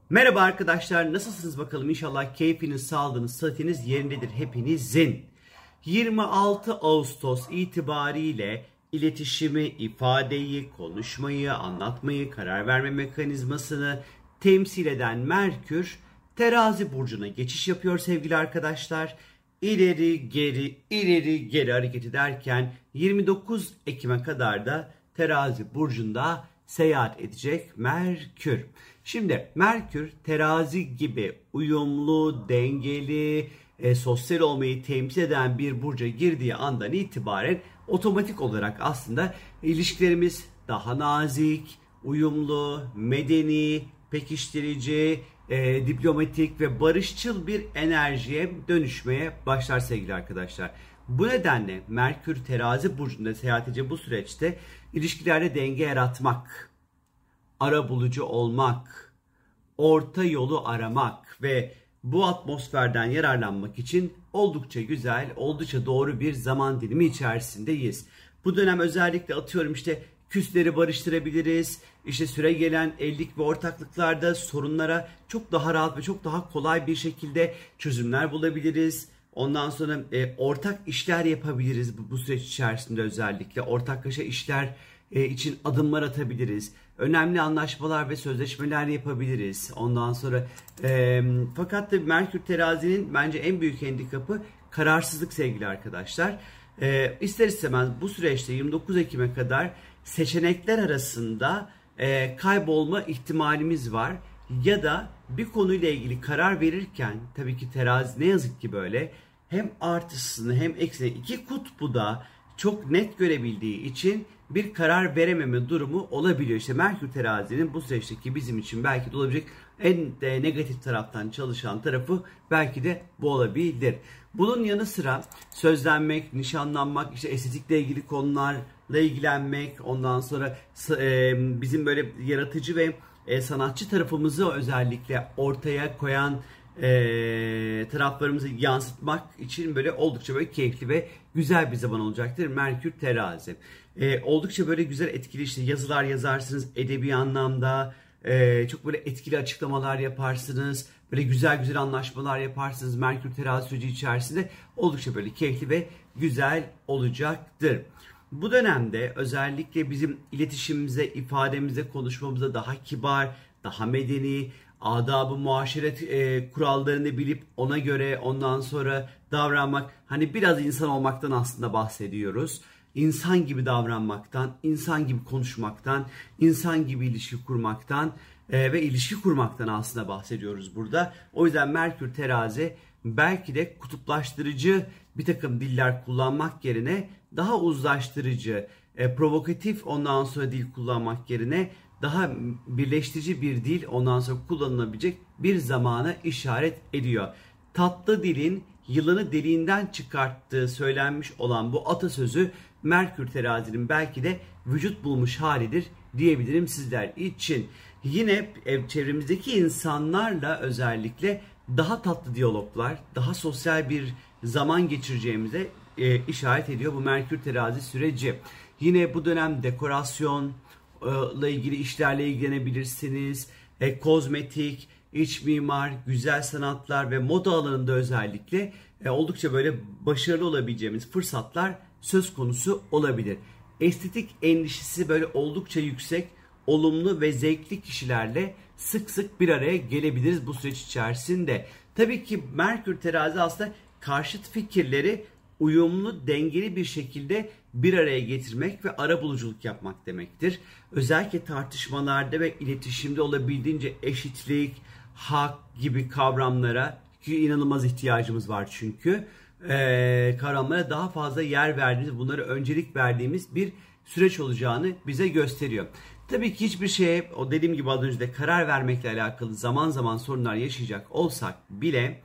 Merhaba arkadaşlar, nasılsınız bakalım? İnşallah keyfiniz, sağlığınız, sıhhatiniz yerindedir hepinizin. 26 Ağustos itibariyle iletişimi, ifadeyi, konuşmayı, anlatmayı, karar verme mekanizmasını temsil eden Merkür Terazi burcuna geçiş yapıyor sevgili arkadaşlar. İleri geri, ileri geri hareket ederken 29 Ekim'e kadar da Terazi burcunda seyahat edecek Merkür. Şimdi Merkür terazi gibi uyumlu, dengeli, sosyal olmayı temsil eden bir burca girdiği andan itibaren otomatik olarak aslında ilişkilerimiz daha nazik, uyumlu, medeni, pekiştirici, diplomatik ve barışçıl bir enerjiye dönüşmeye başlar sevgili arkadaşlar. Bu nedenle Merkür terazi burcunda seyahat edeceği bu süreçte ilişkilerde denge yaratmak, arabulucu olmak, orta yolu aramak ve bu atmosferden yararlanmak için oldukça güzel, oldukça doğru bir zaman dilimi içerisindeyiz. Bu dönem özellikle atıyorum işte küsleri barıştırabiliriz. İşte süre gelen evlilik ve ortaklıklarda sorunlara çok daha rahat ve çok daha kolay bir şekilde çözümler bulabiliriz. Ondan sonra ortak işler yapabiliriz bu süreç içerisinde özellikle. Ortaklaşa işler için adımlar atabiliriz. Önemli anlaşmalar ve sözleşmeler yapabiliriz. Ondan sonra fakat da Merkür terazinin bence en büyük handikapı kararsızlık sevgili arkadaşlar. İster istemez bu süreçte 29 Ekim'e kadar seçenekler arasında kaybolma ihtimalimiz var. Ya da bir konuyla ilgili karar verirken tabii ki terazi ne yazık ki böyle hem artısını hem eksini iki kutbu da çok net görebildiği için bir karar verememe durumu olabiliyor. İşte Merkür terazinin bu süreçteki bizim için belki de olabilecek en negatif taraftan çalışan tarafı belki de bu olabilir. Bunun yanı sıra sözlenmek, nişanlanmak, işte estetikle ilgili konularla ilgilenmek, ondan sonra bizim böyle yaratıcı ve sanatçı tarafımızı özellikle ortaya koyan taraflarımızı yansıtmak için böyle oldukça böyle keyifli ve güzel bir zaman olacaktır Merkür terazi. Oldukça böyle güzel etkili işte yazılar yazarsınız edebi anlamda, çok böyle etkili açıklamalar yaparsınız, böyle güzel güzel anlaşmalar yaparsınız Merkür terazi süreci içerisinde oldukça böyle keyifli ve güzel olacaktır. Bu dönemde özellikle bizim iletişimimize, ifademize, konuşmamıza daha kibar, daha medeni, adab-ı muaşeret kurallarını bilip ona göre ondan sonra davranmak, hani biraz insan olmaktan aslında bahsediyoruz. İnsan gibi davranmaktan, insan gibi konuşmaktan, insan gibi ilişki kurmaktan ve ilişki kurmaktan aslında bahsediyoruz burada. O yüzden Merkür terazi belki de kutuplaştırıcı bir takım diller kullanmak yerine daha uzlaştırıcı, provokatif ondan sonra dil kullanmak yerine daha birleştirici bir dil ondan sonra kullanılabilecek bir zamana işaret ediyor. Tatlı dilin yılanı deliğinden çıkarttığı söylenmiş olan bu atasözü Merkür terazinin belki de vücut bulmuş halidir diyebilirim sizler için. Yine çevremizdeki insanlarla özellikle daha tatlı diyaloglar, daha sosyal bir zaman geçireceğimize işaret ediyor bu Merkür terazi süreci. Yine bu dönem dekorasyonla ilgili işlerle ilgilenebilirsiniz. Kozmetik, iç mimar, güzel sanatlar ve moda alanında özellikle oldukça böyle başarılı olabileceğimiz fırsatlar söz konusu olabilir. Estetik endişesi böyle oldukça yüksek, olumlu ve zevkli kişilerle sık sık bir araya gelebiliriz bu süreç içerisinde. Tabii ki Merkür terazi aslında karşıt fikirleri uyumlu, dengeli bir şekilde bir araya getirmek ve arabuluculuk yapmak demektir. Özellikle tartışmalarda ve iletişimde olabildiğince eşitlik, hak gibi kavramlara ki inanılmaz ihtiyacımız var çünkü kavramlara daha fazla yer verdiğimiz, bunlara öncelik verdiğimiz bir süreç olacağını bize gösteriyor. Tabii ki hiçbir şeye, o dediğim gibi az önce de karar vermekle alakalı zaman zaman sorunlar yaşayacak olsak bile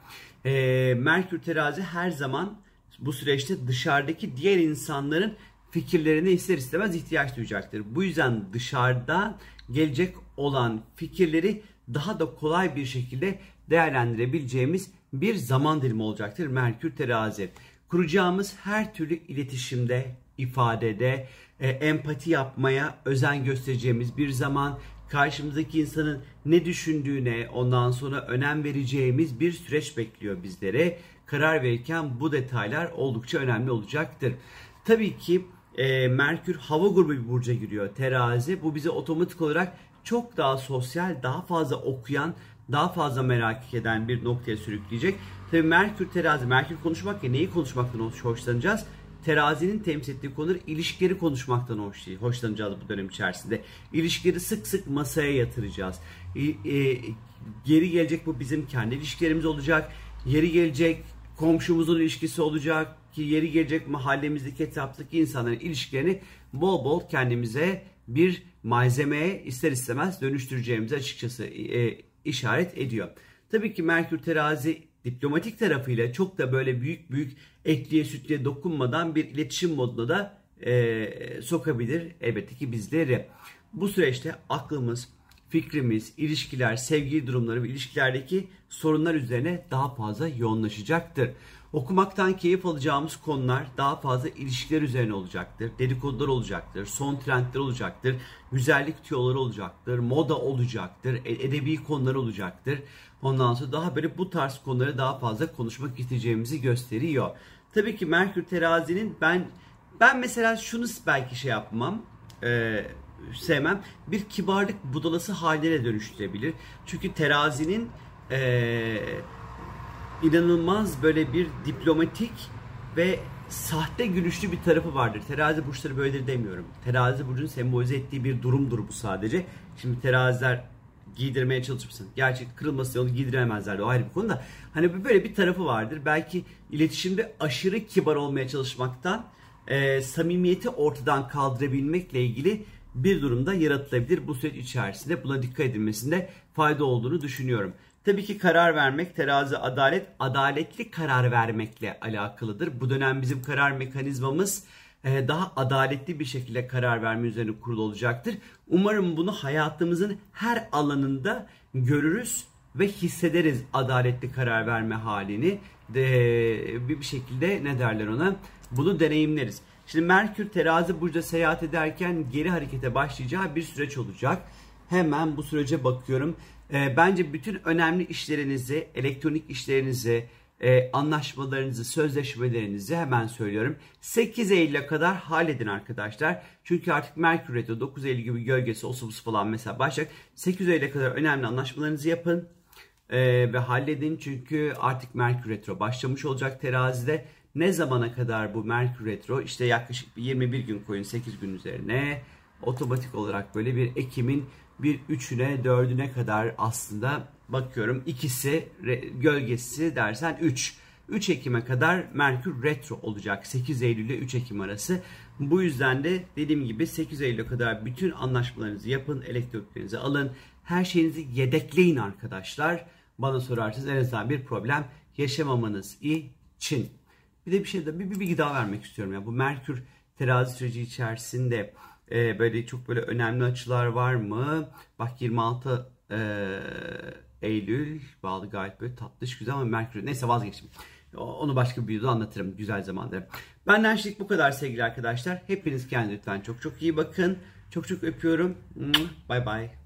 Merkür terazi her zaman bu süreçte dışarıdaki diğer insanların fikirlerine ister istemez ihtiyaç duyacaktır. Bu yüzden dışarıda gelecek olan fikirleri daha da kolay bir şekilde değerlendirebileceğimiz bir zaman dilimi olacaktır Merkür terazi. Kuracağımız her türlü iletişimde, ifadede, empati yapmaya özen göstereceğimiz bir zaman, karşımızdaki insanın ne düşündüğüne ondan sonra önem vereceğimiz bir süreç bekliyor bizlere. Karar verirken bu detaylar oldukça önemli olacaktır. Tabii ki Merkür hava grubu bir burca giriyor, terazi. Bu bize otomatik olarak çok daha sosyal, daha fazla okuyan, daha fazla merak eden bir noktaya sürükleyecek. Tabii Merkür terazi, Merkür konuşmak ya, neyi konuşmaktan hoşlanacağız? Terazinin temsil ettiği konuları, ilişkileri konuşmaktan hoşlanacağız bu dönem içerisinde. İlişkileri sık sık masaya yatıracağız. Geri gelecek bu bizim kendi ilişkilerimiz olacak. Yeri gelecek komşumuzun ilişkisi olacak ki yeri gelecek mahallemizdeki, etraftaki insanların ilişkilerini bol bol kendimize bir malzemeye ister istemez dönüştüreceğimizi açıkçası işaret ediyor. Tabii ki Merkür terazi diplomatik tarafıyla çok da böyle büyük etliye sütlüye dokunmadan bir iletişim moduna da sokabilir elbette ki bizleri. Bu süreçte aklımız, fikrimiz, ilişkiler, sevgili durumları ve ilişkilerdeki sorunlar üzerine daha fazla yoğunlaşacaktır. Okumaktan keyif alacağımız konular daha fazla ilişkiler üzerine olacaktır. Dedikodular olacaktır, son trendler olacaktır, güzellik tüyoları olacaktır, moda olacaktır, edebi konular olacaktır. Ondan sonra daha böyle bu tarz konuları daha fazla konuşmak isteyeceğimizi gösteriyor. Tabii ki Merkür terazinin ben mesela şunu belki yapmam, sevmem. Bir kibarlık budalası haline dönüştürebilir. Çünkü terazinin inanılmaz böyle bir diplomatik ve sahte gülüşlü bir tarafı vardır. Terazi burçları böyledir demiyorum. Terazi burcunun sembolize ettiği bir durumdur bu sadece. Şimdi teraziler giydirmeye çalışırsın. Gerçek kırılması onu giydiremezler de, o ayrı bir konu da. Hani böyle bir tarafı vardır. Belki iletişimde aşırı kibar olmaya çalışmaktan samimiyeti ortadan kaldırabilmekle ilgili bir durumda yaratılabilir. Bu süreç içerisinde buna dikkat edilmesinde fayda olduğunu düşünüyorum. Tabii ki karar vermek, terazi adaletli karar vermekle alakalıdır. Bu dönem bizim karar mekanizmamız daha adaletli bir şekilde karar verme üzerine kurulu olacaktır. Umarım bunu hayatımızın her alanında görürüz ve hissederiz, adaletli karar verme halini. Bir şekilde ne derler ona? Bunu deneyimleriz. Şimdi Merkür terazi burcu seyahat ederken geri harekete başlayacağı bir süreç olacak. Hemen bu sürece bakıyorum. Bence bütün önemli işlerinizi, elektronik işlerinizi, anlaşmalarınızı, sözleşmelerinizi hemen söylüyorum. 8 Eylül'e kadar halledin arkadaşlar. Çünkü artık Merkür Retro 9 Eylül gibi gölgesi, o falan mesela başlayacak. 8 Eylül'e kadar önemli anlaşmalarınızı yapın ve halledin. Çünkü artık Merkür Retro başlamış olacak terazide. Ne zamana kadar bu Merkür Retro? İşte yaklaşık 21 gün koyun 8 gün üzerine. Otomatik olarak böyle bir Ekim'in bir 3'üne 4'üne kadar aslında bakıyorum. İkisi gölgesi dersen 3. 3 Ekim'e kadar Merkür Retro olacak. 8 Eylül ile 3 Ekim arası. Bu yüzden de dediğim gibi 8 Eylül'e kadar bütün anlaşmalarınızı yapın. Elektroniklerinizi alın. Her şeyinizi yedekleyin arkadaşlar. Bana sorarsanız en azından bir problem yaşamamanız için. Bir de bir bilgi daha vermek istiyorum. Ya bu Merkür terazi süreci içerisinde böyle çok böyle önemli açılar var mı? Bak 26 Eylül bağlı gayet böyle tatlış güzel ama Merkür, neyse vazgeçtim. Onu başka bir videoda anlatırım güzel zamanda. Benden şimdilik bu kadar sevgili arkadaşlar. Hepiniz kendinize lütfen çok iyi bakın. Çok öpüyorum. Bye bye.